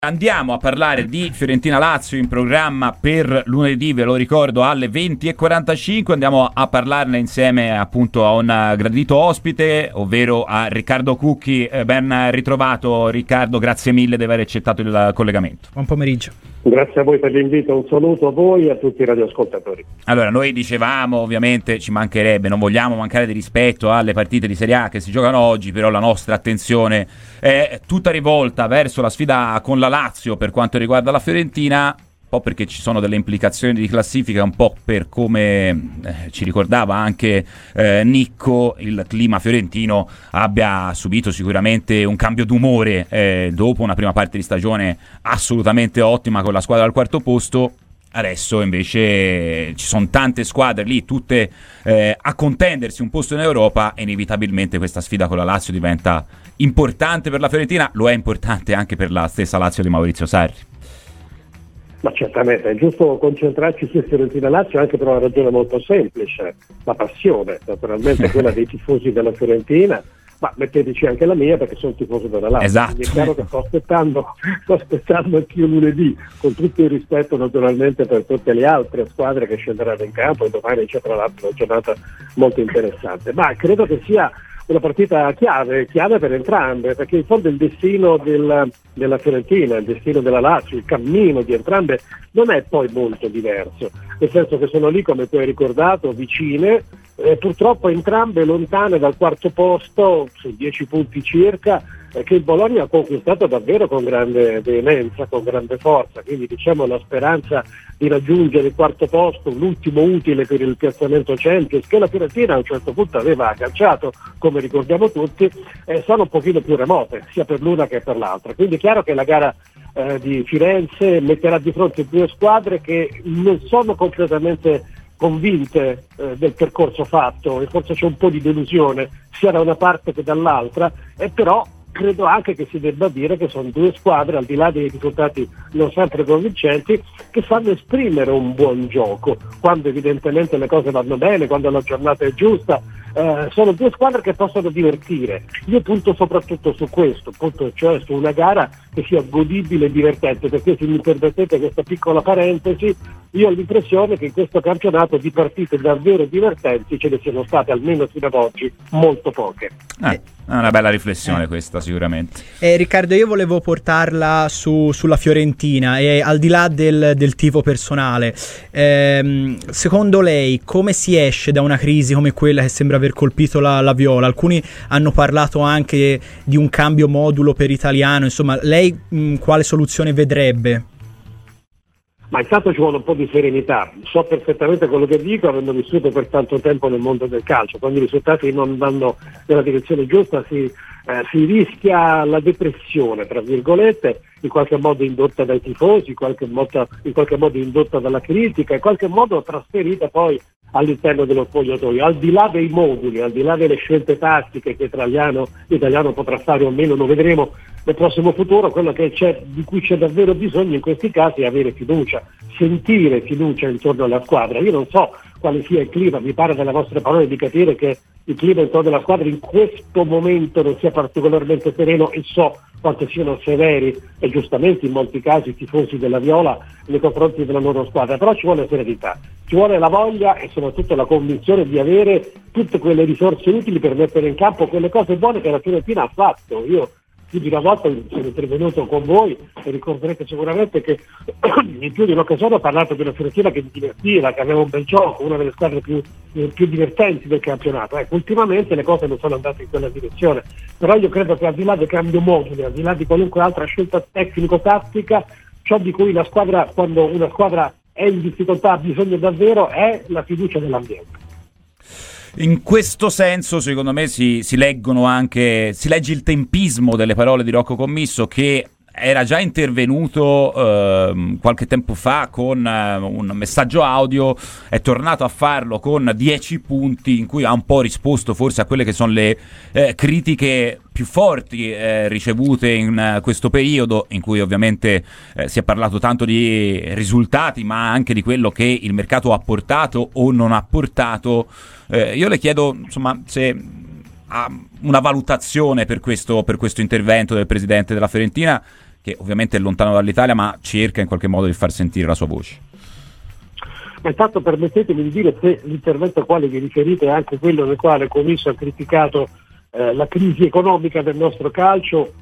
Andiamo a parlare di Fiorentina-Lazio in programma per lunedì, ve lo ricordo, alle 20:45. Andiamo a parlarne insieme appunto a un gradito ospite, ovvero a Riccardo Cucchi. Ben ritrovato Riccardo, grazie mille di aver accettato il collegamento. Buon pomeriggio. Grazie a voi per l'invito, un saluto a voi e a tutti i radioascoltatori. Allora, noi dicevamo, ovviamente ci mancherebbe, non vogliamo mancare di rispetto alle partite di Serie A che si giocano oggi, però la nostra attenzione è tutta rivolta verso la sfida con la Lazio per quanto riguarda la Fiorentina, un po' perché ci sono delle implicazioni di classifica, un po' per come ci ricordava anche Nicco, il clima fiorentino abbia subito sicuramente un cambio d'umore dopo una prima parte di stagione assolutamente ottima con la squadra al quarto posto. Adesso invece ci sono tante squadre lì, tutte a contendersi un posto in Europa, e inevitabilmente questa sfida con la Lazio diventa importante per la Fiorentina, lo è importante anche per la stessa Lazio di Maurizio Sarri. Ma certamente è giusto concentrarci su Fiorentina-Lazio anche per una ragione molto semplice, la passione, naturalmente quella dei tifosi della Fiorentina, ma metteteci anche la mia perché sono tifoso della Lazio. Esatto. Quindi è chiaro che sto aspettando anch'io lunedì, con tutto il rispetto naturalmente per tutte le altre squadre che scenderanno in campo, e domani c'è tra l'altro una giornata molto interessante, ma credo che sia una partita chiave per entrambe, perché in fondo il destino della Fiorentina, il destino della Lazio, il cammino di entrambe non è poi molto diverso, nel senso che sono lì, come tu hai ricordato, vicine, purtroppo entrambe lontane dal quarto posto, su 10 punti circa, che il Bologna ha conquistato davvero con grande veemenza, con grande forza, quindi diciamo la speranza di raggiungere il quarto posto, l'ultimo utile per il piazzamento Champions, che la Fiorentina a un certo punto aveva agganciato, come ricordiamo tutti, sono un pochino più remote, sia per l'una che per l'altra. Quindi è chiaro che la gara di Firenze metterà di fronte due squadre che non sono completamente convinte del percorso fatto, e forse c'è un po' di delusione sia da una parte che dall'altra, e però credo anche che si debba dire che sono due squadre, al di là dei risultati non sempre convincenti, che fanno esprimere un buon gioco quando evidentemente le cose vanno bene, quando la giornata è giusta. Sono due squadre che possono divertire. Io punto soprattutto su questo, cioè su una gara che sia godibile e divertente, perché se mi permettete questa piccola parentesi, io ho l'impressione che in questo campionato di partite davvero divertenti ce ne siano state, almeno fino ad oggi, molto poche. È una bella riflessione questa, sicuramente. Riccardo, io volevo portarla sulla Fiorentina, e al di là del tifo personale, secondo lei come si esce da una crisi come quella che sembra aver colpito la Viola? Alcuni hanno parlato anche di un cambio modulo per Italiano, insomma, lei quale soluzione vedrebbe? Ma intanto ci vuole un po' di serenità, so perfettamente quello che dico, avendo vissuto per tanto tempo nel mondo del calcio. Quando i risultati non vanno nella direzione giusta si rischia la depressione, tra virgolette, in qualche modo indotta dai tifosi, in qualche modo indotta dalla critica, in qualche modo trasferita poi all'interno dello spogliatoio. Al di là dei moduli, al di là delle scelte tattiche che l'italiano potrà fare o meno, lo vedremo nel prossimo futuro, quello che di cui c'è davvero bisogno in questi casi è avere fiducia, sentire fiducia intorno alla squadra. Io non so quale sia il clima, mi pare dalle vostre parole di capire che il clima intorno alla squadra in questo momento non sia particolarmente sereno, e so quanto siano severi, e giustamente in molti casi, i tifosi della Viola nei confronti della loro squadra, però ci vuole serenità, ci vuole la voglia e soprattutto la convinzione di avere tutte quelle risorse utili per mettere in campo quelle cose buone che la Fiorentina ha fatto. Io più di una volta sono intervenuto con voi e ricorderete sicuramente che in più di un'occasione ho parlato di una Fiorentina che mi divertiva, che aveva un bel gioco, una delle squadre più divertenti del campionato. Ultimamente le cose non sono andate in quella direzione, però io credo che al di là del cambio moduli, al di là di qualunque altra scelta tecnico-tattica, ciò di cui la squadra, quando una squadra è in difficoltà, ha bisogno davvero è la fiducia dell'ambiente. In questo senso, secondo me, si legge il tempismo delle parole di Rocco Commisso, che era già intervenuto qualche tempo fa con un messaggio audio, è tornato a farlo con 10 punti in cui ha un po' risposto forse a quelle che sono le critiche più forti ricevute in questo periodo, in cui ovviamente si è parlato tanto di risultati ma anche di quello che il mercato ha portato o non ha portato. Io le chiedo, insomma, se ha una valutazione per questo intervento del presidente della Fiorentina, che ovviamente è lontano dall'Italia, ma cerca in qualche modo di far sentire la sua voce. Ma intanto permettetemi di dire se l'intervento al quale vi riferite è anche quello nel quale Comisso ha criticato la crisi economica del nostro calcio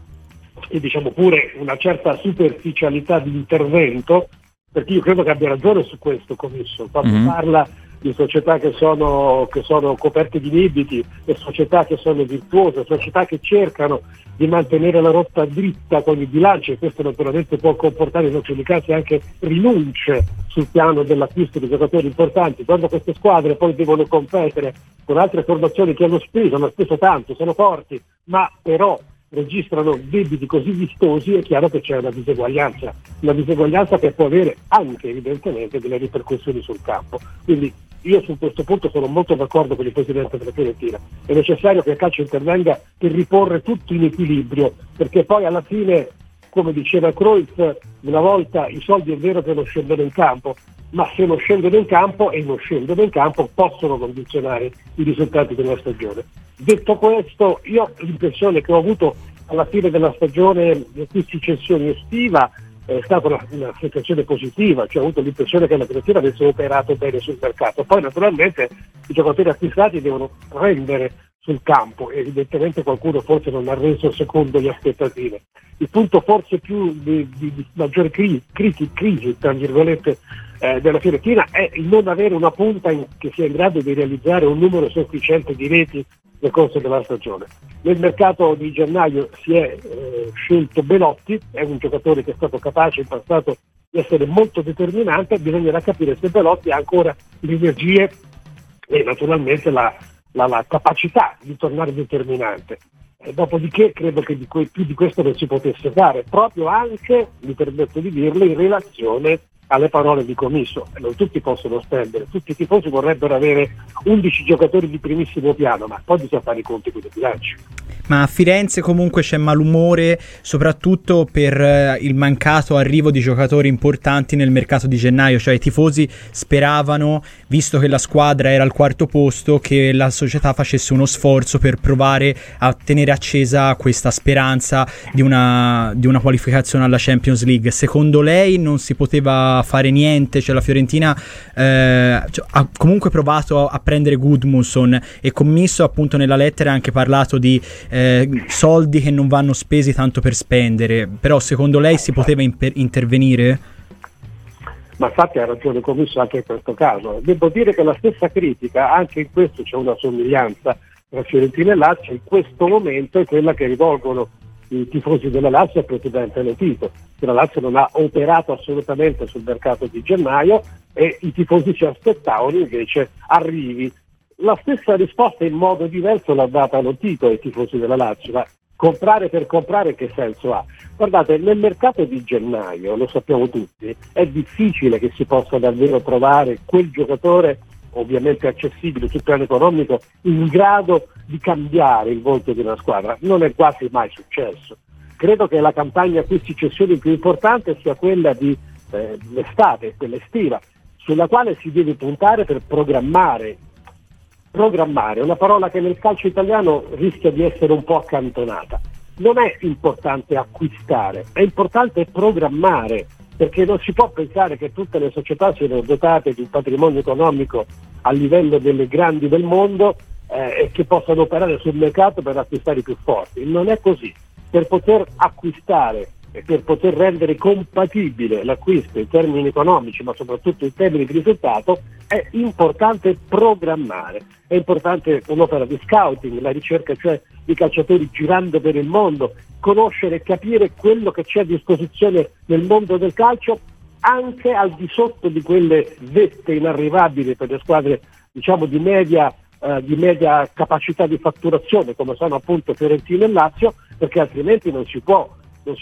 e diciamo pure una certa superficialità di intervento, perché io credo che abbia ragione su questo Comisso, quando parla di società che sono coperte di debiti, e società che sono virtuose, società che cercano di mantenere la rotta dritta con i bilanci, e questo naturalmente può comportare in alcuni casi anche rinunce sul piano dell'acquisto di giocatori importanti. Quando queste squadre poi devono competere con altre formazioni che hanno speso tanto, sono forti, ma però registrano debiti così vistosi, è chiaro che c'è una diseguaglianza che può avere anche evidentemente delle ripercussioni sul campo. Quindi io su questo punto sono molto d'accordo con il Presidente della Fiorentina, è necessario che il calcio intervenga per riporre tutto in equilibrio, perché poi alla fine, come diceva Cruyff, una volta i soldi è vero che non scendono in campo, ma se non scendono in campo e non scendono in campo possono condizionare i risultati della stagione. Detto questo, io ho l'impressione che ho avuto alla fine della stagione di acquisti cessioni estiva è stata una sensazione positiva, cioè ho avuto l'impressione che la Fiorentina avesse operato bene sul mercato. Poi naturalmente i giocatori acquistati devono rendere sul campo e evidentemente qualcuno forse non ha reso secondo le aspettative. Il punto forse più di maggiore crisi tra virgolette della Fiorentina è il non avere una punta che sia in grado di realizzare un numero sufficiente di reti nel corso della stagione. Nel mercato di gennaio si è scelto Belotti, è un giocatore che è stato capace in passato di essere molto determinante, bisognerà capire se Belotti ha ancora le energie e naturalmente la capacità di tornare determinante. Dopodiché credo che più di questo non si potesse fare, proprio anche, mi permetto di dirlo, in relazione alle parole di Comisso. Non tutti possono spendere, tutti i tifosi vorrebbero avere 11 giocatori di primissimo piano, ma poi bisogna fare i conti con i bilanci. Ma a Firenze comunque c'è malumore, soprattutto per il mancato arrivo di giocatori importanti nel mercato di gennaio, cioè i tifosi speravano, visto che la squadra era al quarto posto, che la società facesse uno sforzo per provare a tenere accesa questa speranza di una qualificazione alla Champions League. Secondo lei non si poteva fare niente? Cioè la Fiorentina ha comunque provato a prendere Gudmundsson, e Commisso appunto nella lettera ha anche parlato di soldi che non vanno spesi tanto per spendere, però secondo lei si poteva intervenire? Ma infatti ha ragione Commisso anche in questo caso. Devo dire che la stessa critica, anche in questo c'è una somiglianza tra Fiorentina e Lazio, in questo momento è quella che rivolgono i tifosi della Lazio al Presidente Lotito, che la Lazio non ha operato assolutamente sul mercato di gennaio e i tifosi si aspettavano invece arrivi. La stessa risposta in modo diverso l'ha data Lotito ai tifosi della Lazio, ma comprare per comprare che senso ha? Guardate, nel mercato di gennaio, lo sappiamo tutti, è difficile che si possa davvero trovare quel giocatore, ovviamente accessibile sul piano economico, in grado di cambiare il volto di una squadra. Non è quasi mai successo. Credo che la campagna acquisti cessioni più importante sia quella di l'estate, quella estiva, sulla quale si deve puntare per programmare, una parola che nel calcio italiano rischia di essere un po' accantonata. Non è importante acquistare, è importante programmare, perché non si può pensare che tutte le società siano dotate di un patrimonio economico a livello delle grandi del mondo e che possano operare sul mercato per acquistare i più forti. Non è così. Per poter acquistare e per poter rendere compatibile l'acquisto in termini economici, ma soprattutto in termini di risultato, è importante programmare. È importante un'opera di scouting, la ricerca cioè di calciatori girando per il mondo, conoscere e capire quello che c'è a disposizione nel mondo del calcio, anche al di sotto di quelle vette inarrivabili per le squadre, diciamo, di media capacità di fatturazione, come sono appunto Fiorentina e Lazio, perché altrimenti non si può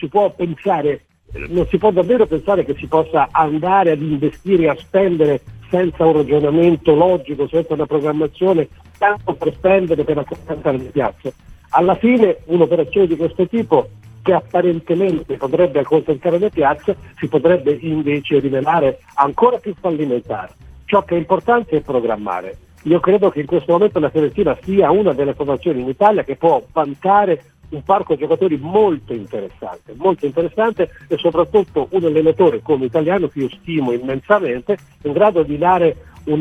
davvero pensare che si possa andare ad investire e a spendere senza un ragionamento logico, senza una programmazione, tanto per spendere, per accontentare le piazze. Alla fine un'operazione di questo tipo, che apparentemente potrebbe accontentare le piazze, si potrebbe invece rivelare ancora più fallimentare. Ciò che è importante è programmare. Io credo che in questo momento la Fiorentina sia una delle formazioni in Italia che può vantare un parco giocatori molto interessante e soprattutto un allenatore come Italiano che io stimo immensamente, in grado di dare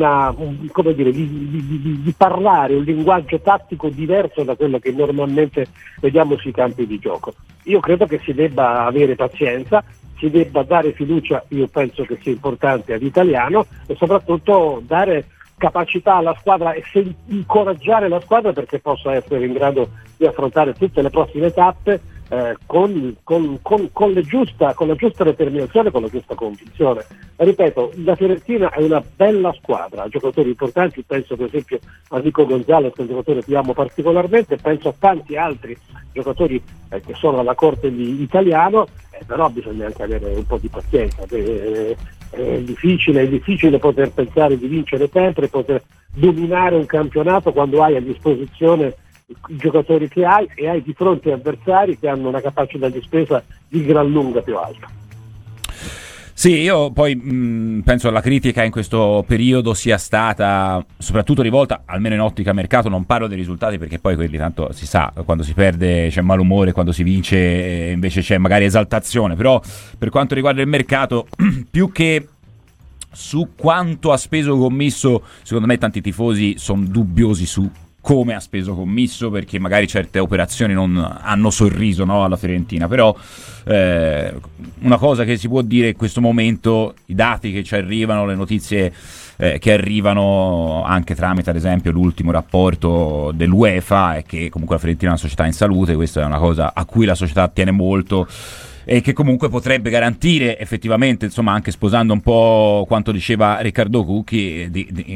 di parlare un linguaggio tattico diverso da quello che normalmente vediamo sui campi di gioco. Io credo che si debba avere pazienza, si debba dare fiducia, io penso che sia importante ad Italiano, e soprattutto dare capacità alla squadra e incoraggiare la squadra perché possa essere in grado di affrontare tutte le prossime tappe con la giusta determinazione, con la giusta convinzione. Ripeto, la Fiorentina è una bella squadra, ha giocatori importanti, penso per esempio a Nico Gonzalez, che è un giocatore che amo particolarmente, penso a tanti altri giocatori che sono alla corte di Italiano, però bisogna anche avere un po' di pazienza. È difficile poter pensare di vincere sempre, poter dominare un campionato quando hai a disposizione i giocatori che hai e hai di fronte avversari che hanno una capacità di spesa di gran lunga più alta. Sì, io poi penso la critica in questo periodo sia stata soprattutto rivolta, almeno in ottica mercato, non parlo dei risultati perché poi quelli tanto si sa, quando si perde c'è malumore, quando si vince invece c'è magari esaltazione, però per quanto riguarda il mercato, più che su quanto ha speso Commisso, secondo me tanti tifosi sono dubbiosi su come ha speso Commisso, perché magari certe operazioni non hanno sorriso, no, alla Fiorentina, però una cosa che si può dire in questo momento, i dati che ci arrivano, le notizie che arrivano anche tramite ad esempio l'ultimo rapporto dell'UEFA è che comunque la Fiorentina è una società in salute, questa è una cosa a cui la società tiene molto e che comunque potrebbe garantire effettivamente, insomma, anche sposando un po' quanto diceva Riccardo Cucchi,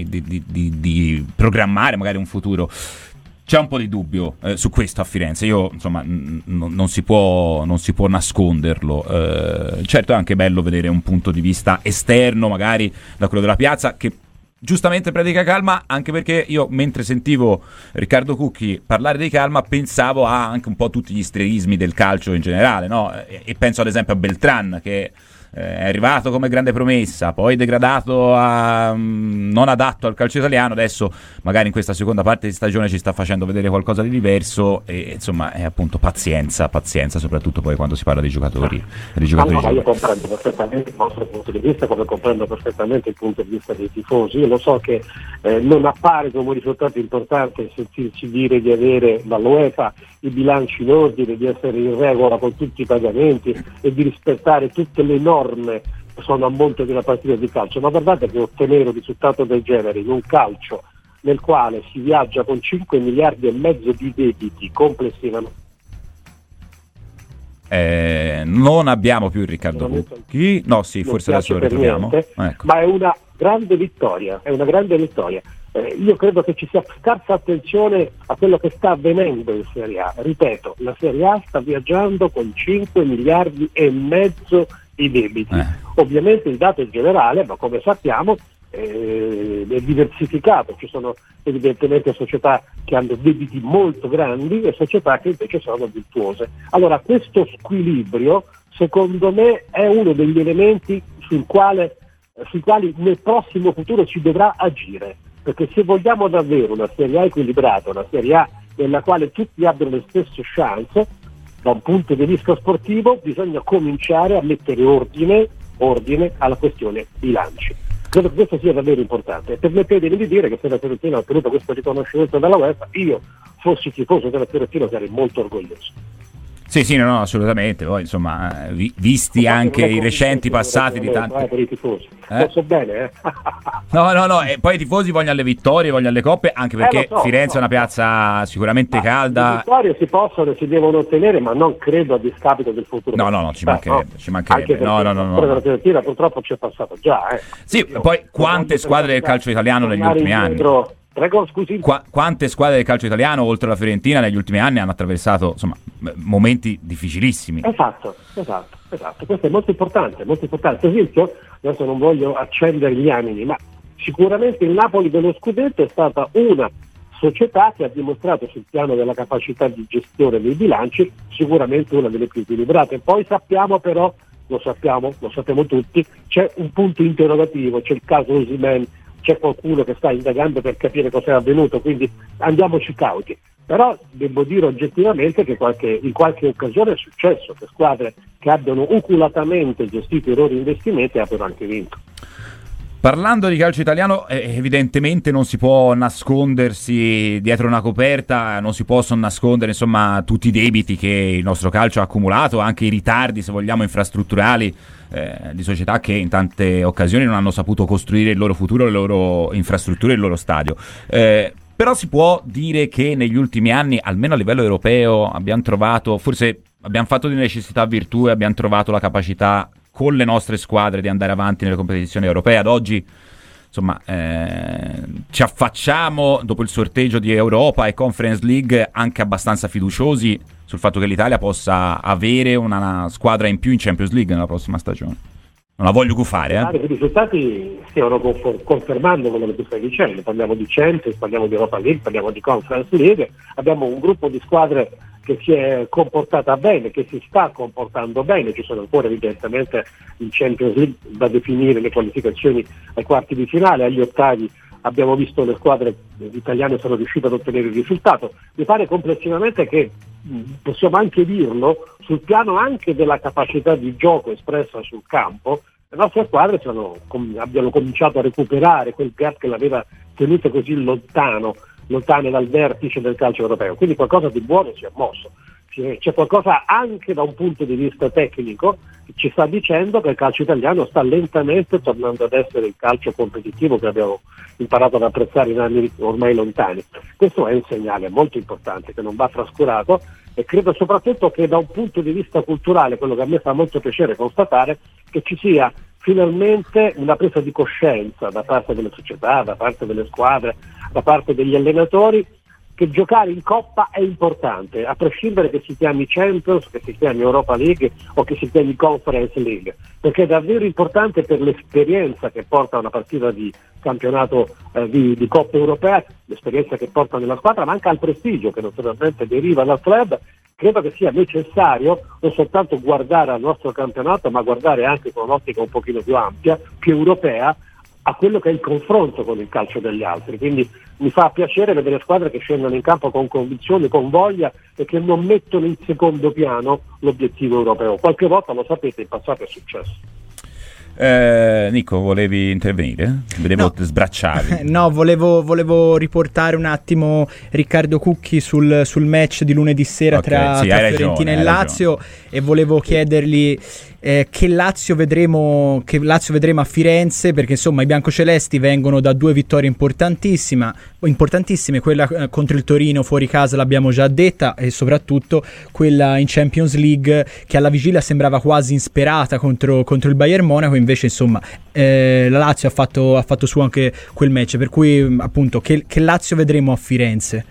di programmare magari un futuro. C'è un po' di dubbio su questo a Firenze, io insomma non si può nasconderlo, certo è anche bello vedere un punto di vista esterno magari da quello della piazza che giustamente predica calma, anche perché io mentre sentivo Riccardo Cucchi parlare di calma pensavo a anche un po' tutti gli isterismi del calcio in generale, no? E penso ad esempio a Beltran che è arrivato come grande promessa, poi degradato a non adatto al calcio italiano, adesso magari in questa seconda parte di stagione ci sta facendo vedere qualcosa di diverso e insomma è appunto pazienza soprattutto poi quando si parla dei giocatori. Io comprendo perfettamente il vostro punto di vista, come comprendo perfettamente il punto di vista dei tifosi. Io lo so che non appare come un risultato importante sentirci dire di avere dall'UEFA i bilanci in ordine, di essere in regola con tutti i pagamenti e di rispettare tutte le norme che sono a monte di una partita di calcio, ma guardate che ottenere un risultato del genere in un calcio nel quale si viaggia con 5 miliardi e mezzo di debiti complessivamente. Non abbiamo più il Riccardo Cucchi, no sì, forse adesso lo ritroviamo, ecco. Ma è una grande vittoria, io credo che ci sia scarsa attenzione a quello che sta avvenendo in Serie A. Ripeto, la Serie A sta viaggiando con 5 miliardi e mezzo di debiti. Ovviamente il dato è generale, ma come sappiamo è diversificato, ci sono evidentemente società che hanno debiti molto grandi e società che invece sono virtuose. Allora questo squilibrio secondo me è uno degli elementi sui quali nel prossimo futuro si dovrà agire, perché se vogliamo davvero una Serie A equilibrata, una Serie A nella quale tutti abbiano le stesse chance da un punto di vista sportivo, bisogna cominciare a mettere ordine alla questione bilanci. Credo che questo sia davvero importante e permettetemi di dire che se la Fiorentina ha ottenuto questo riconoscimento dalla UEFA, io fossi tifoso della Fiorentina sarei molto orgoglioso. Sì, no, assolutamente. Poi insomma, visti anche i recenti passati di tanti. Per i tifosi. So bene, No, e poi i tifosi vogliono le vittorie, vogliono le coppe, anche perché Firenze è una piazza sicuramente calda. Le vittorie si possono e si devono ottenere, ma non credo a discapito del futuro. No, ci mancherebbe. No. La Fiorentina purtroppo ci è passato già. Sì, poi quante squadre del calcio italiano negli ultimi anni? Prego, scusi. Quante squadre del calcio italiano, oltre alla Fiorentina, negli ultimi anni hanno attraversato insomma momenti difficilissimi? Esatto. Questo è molto importante. Per esempio, adesso non voglio accendere gli animi, ma sicuramente il Napoli dello Scudetto è stata una società che ha dimostrato sul piano della capacità di gestione dei bilanci sicuramente una delle più equilibrate. Poi sappiamo però, lo sappiamo tutti, c'è un punto interrogativo, c'è il caso Osimhen, c'è qualcuno che sta indagando per capire cosa è avvenuto, quindi andiamoci cauti. Però devo dire oggettivamente che in qualche occasione è successo che squadre che abbiano oculatamente gestito i loro investimenti abbiano anche vinto. Parlando di calcio italiano, evidentemente non si può nascondersi dietro una coperta, non si possono nascondere insomma tutti i debiti che il nostro calcio ha accumulato, anche i ritardi, se vogliamo, infrastrutturali di società che in tante occasioni non hanno saputo costruire il loro futuro, le loro infrastrutture, il loro stadio. Però si può dire che negli ultimi anni, almeno a livello europeo, abbiamo trovato, forse abbiamo fatto di necessità virtù e abbiamo trovato la capacità con le nostre squadre di andare avanti nelle competizioni europee. Ad oggi, insomma, ci affacciamo dopo il sorteggio di Europa e Conference League anche abbastanza fiduciosi sul fatto che l'Italia possa avere una squadra in più in Champions League nella prossima stagione. Non la voglio gufare, I risultati stiano confermando quello che tu stai dicendo. Parliamo di Champions, parliamo di Europa League, parliamo di Conference League. Abbiamo un gruppo di squadre che si è comportata bene, che si sta comportando bene. Ci sono ancora evidentemente in Champions League da definire le qualificazioni ai quarti di finale, agli ottavi. Abbiamo visto le squadre italiane sono riuscite ad ottenere il risultato. Mi pare complessivamente che possiamo anche dirlo sul piano anche della capacità di gioco espressa sul campo. Le nostre squadre abbiano cominciato a recuperare quel gap che l'aveva tenuto così lontane dal vertice del calcio europeo, quindi qualcosa di buono si è mosso. C'è qualcosa anche da un punto di vista tecnico che ci sta dicendo che il calcio italiano sta lentamente tornando ad essere il calcio competitivo che abbiamo imparato ad apprezzare in anni ormai lontani. Questo è un segnale molto importante che non va trascurato, e credo soprattutto che da un punto di vista culturale, quello che a me fa molto piacere constatare, che ci sia finalmente una presa di coscienza da parte delle società, da parte delle squadre, da parte degli allenatori, che giocare in Coppa è importante, a prescindere che si chiami Champions, che si chiami Europa League o che si chiami Conference League, perché è davvero importante per l'esperienza che porta una partita di campionato di Coppa Europea, l'esperienza che porta nella squadra, ma anche al prestigio che naturalmente deriva dal club. Credo che sia necessario non soltanto guardare al nostro campionato, ma guardare anche con un'ottica un pochino più ampia, più europea, a quello che è il confronto con il calcio degli altri. Quindi mi fa piacere vedere squadre che scendono in campo con convinzione, con voglia, e che non mettono in secondo piano l'obiettivo europeo. Qualche volta, lo sapete, in passato è successo. Nico, volevi intervenire? Vedevo sbracciavi. No, volevo riportare un attimo Riccardo Cucchi sul match di lunedì sera tra Fiorentina e Lazio, e volevo chiedergli che Lazio vedremo a Firenze, perché insomma i biancocelesti vengono da due vittorie importantissime, quella contro il Torino fuori casa l'abbiamo già detta, e soprattutto quella in Champions League che alla vigilia sembrava quasi insperata contro il Bayern Monaco. Invece insomma la Lazio ha fatto su anche quel match, per cui appunto che Lazio vedremo a Firenze.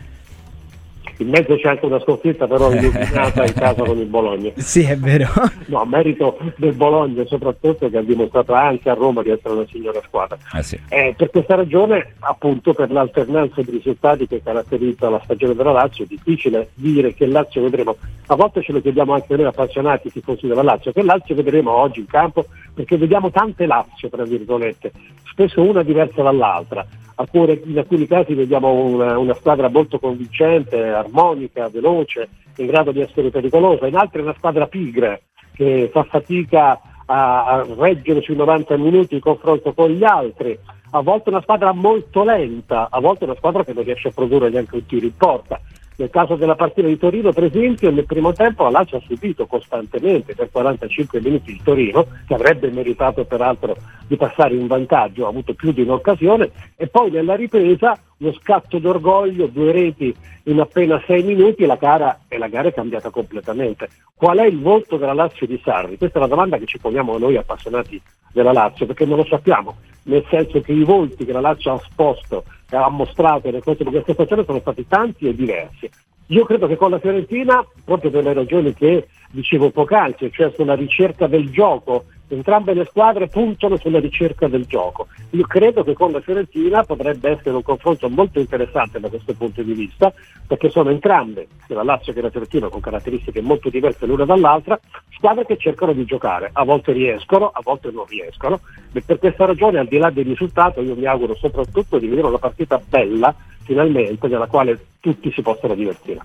In mezzo c'è anche una sconfitta però illuminata in casa con il Bologna. Sì, è vero. No, merito del Bologna soprattutto, che ha dimostrato anche a Roma di essere una signora squadra. Sì. Per questa ragione, appunto, per l'alternanza di risultati che caratterizza la stagione della Lazio, è difficile dire che Lazio vedremo. A volte ce lo chiediamo anche noi appassionati tifosi della Lazio, che Lazio vedremo oggi in campo, perché vediamo tante Lazio, tra virgolette, spesso una diversa dall'altra. In alcuni casi vediamo una squadra molto convincente, armonica, veloce, in grado di essere pericolosa, in altri una squadra pigra che fa fatica a reggere sui 90 minuti il confronto con gli altri, a volte una squadra molto lenta, a volte una squadra che non riesce a produrre neanche un tiro in porta. Nel caso della partita di Torino, per esempio, nel primo tempo la Lazio ha subito costantemente per 45 minuti il Torino, che avrebbe meritato peraltro di passare in vantaggio, ha avuto più di un'occasione, e poi nella ripresa uno scatto d'orgoglio, 2 reti in appena 6 minuti, e la gara è cambiata completamente. Qual è il volto della Lazio di Sarri? Questa è la domanda che ci poniamo noi appassionati della Lazio, perché non lo sappiamo, nel senso che i volti che la Lazio ha esposto e ha mostrato nel corso di questa stagione sono stati tanti e diversi. Io credo che con la Fiorentina, proprio per le ragioni che dicevo poc'anzi, cioè sulla ricerca del gioco, entrambe le squadre puntano sulla ricerca del gioco. Io credo che con la Fiorentina potrebbe essere un confronto molto interessante da questo punto di vista, perché sono entrambe, sia la Lazio che la Fiorentina, con caratteristiche molto diverse l'una dall'altra, squadre che cercano di giocare, a volte riescono, a volte non riescono, e per questa ragione, al di là del risultato, io mi auguro soprattutto di vedere una partita bella, finalmente, nella quale tutti si possano divertire.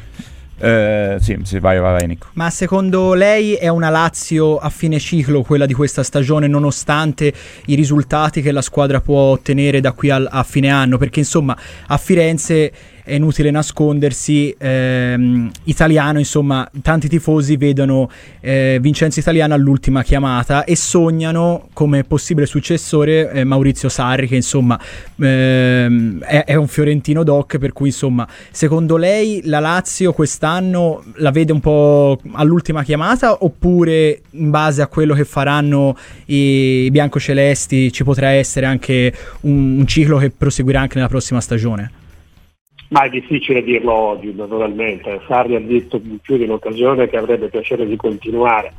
Sì, vai Nico. Ma secondo lei è una Lazio a fine ciclo quella di questa stagione, nonostante i risultati che la squadra può ottenere da qui a fine anno? Perché insomma a Firenze è inutile nascondersi, Italiano, insomma tanti tifosi vedono Vincenzo Italiano all'ultima chiamata e sognano come possibile successore Maurizio Sarri, che insomma è un fiorentino doc, per cui insomma secondo lei la Lazio quest'anno la vede un po' all'ultima chiamata, oppure in base a quello che faranno i biancocelesti ci potrà essere anche un ciclo che proseguirà anche nella prossima stagione? Ma è difficile dirlo oggi, naturalmente. Sarri ha detto in più di un'occasione che avrebbe piacere di continuare.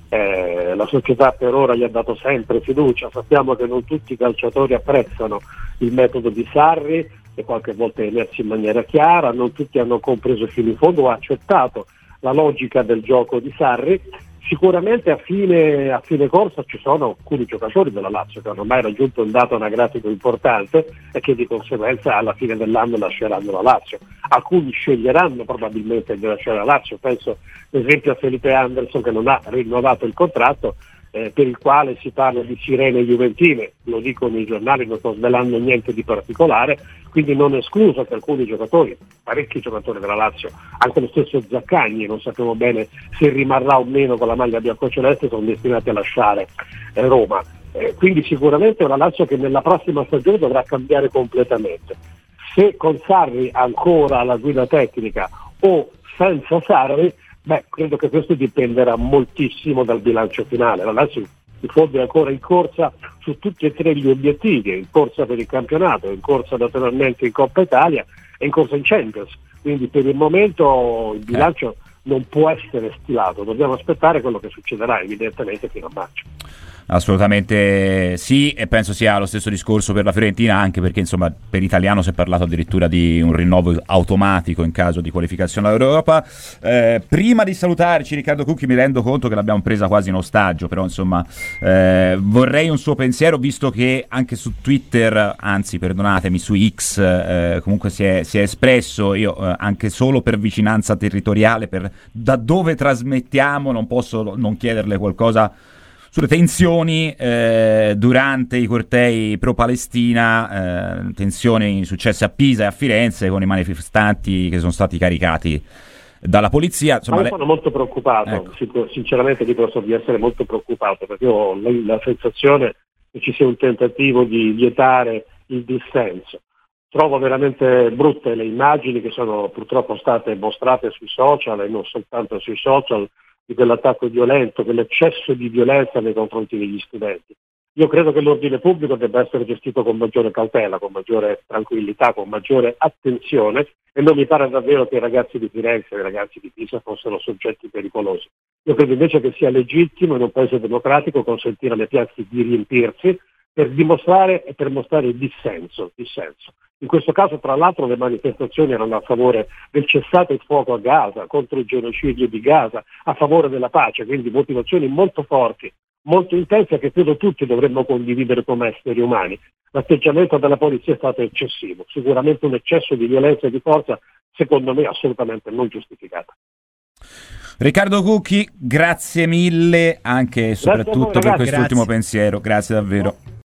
La società per ora gli ha dato sempre fiducia. Sappiamo che non tutti i calciatori apprezzano il metodo di Sarri, e qualche volta è emerso in maniera chiara, non tutti hanno compreso fino in fondo o accettato la logica del gioco di Sarri. Sicuramente a fine corsa ci sono alcuni giocatori della Lazio che hanno ormai raggiunto un dato anagrafico importante e che di conseguenza alla fine dell'anno lasceranno la Lazio. Alcuni sceglieranno probabilmente di lasciare la Lazio, penso per esempio a Felipe Anderson, che non ha rinnovato il contratto, per il quale si parla di sirene juventine, lo dicono i giornali, non sto svelando niente di particolare, quindi non è escluso che alcuni giocatori, parecchi giocatori della Lazio, anche lo stesso Zaccagni, non sappiamo bene se rimarrà o meno con la maglia biancoceleste, sono destinati a lasciare Roma. Quindi sicuramente è una Lazio che nella prossima stagione dovrà cambiare completamente. Se con Sarri ancora alla guida tecnica o senza Sarri, credo che questo dipenderà moltissimo dal bilancio finale. La Lazio in fondo è ancora in corsa su tutti e tre gli obiettivi, è in corsa per il campionato, è in corsa naturalmente in Coppa Italia, è in corsa in Champions, quindi per il momento il bilancio non può essere stilato, dobbiamo aspettare quello che succederà evidentemente fino a maggio. Assolutamente sì, e penso sia lo stesso discorso per la Fiorentina, anche perché insomma per Italiano si è parlato addirittura di un rinnovo automatico in caso di qualificazione all'Europa. Prima di salutarci Riccardo Cucchi, mi rendo conto che l'abbiamo presa quasi in ostaggio, però insomma vorrei un suo pensiero, visto che anche su Twitter, anzi perdonatemi, su X comunque si è espresso. Io anche solo per vicinanza territoriale, per da dove trasmettiamo, non posso non chiederle qualcosa sulle tensioni durante i cortei pro-Palestina, tensioni successe a Pisa e a Firenze con i manifestanti che sono stati caricati dalla polizia. Insomma, io sono molto preoccupato, ecco. Sinceramente dico di essere molto preoccupato, perché ho la sensazione che ci sia un tentativo di vietare il dissenso. Trovo veramente brutte le immagini che sono purtroppo state mostrate sui social, e non soltanto sui social, di quell'attacco violento, quell'eccesso di violenza nei confronti degli studenti. Io credo che l'ordine pubblico debba essere gestito con maggiore cautela, con maggiore tranquillità, con maggiore attenzione, e non mi pare davvero che i ragazzi di Firenze e i ragazzi di Pisa fossero soggetti pericolosi. Io credo invece che sia legittimo in un paese democratico consentire alle piazze di riempirsi per dimostrare e per mostrare il dissenso. In questo caso, tra l'altro, le manifestazioni erano a favore del cessate il fuoco a Gaza, contro il genocidio di Gaza, a favore della pace, quindi motivazioni molto forti, molto intense, che credo tutti dovremmo condividere come esseri umani. L'atteggiamento della polizia è stato eccessivo, sicuramente un eccesso di violenza e di forza, secondo me assolutamente non giustificata. Riccardo Cucchi, grazie mille anche e soprattutto per quest'ultimo pensiero, grazie davvero.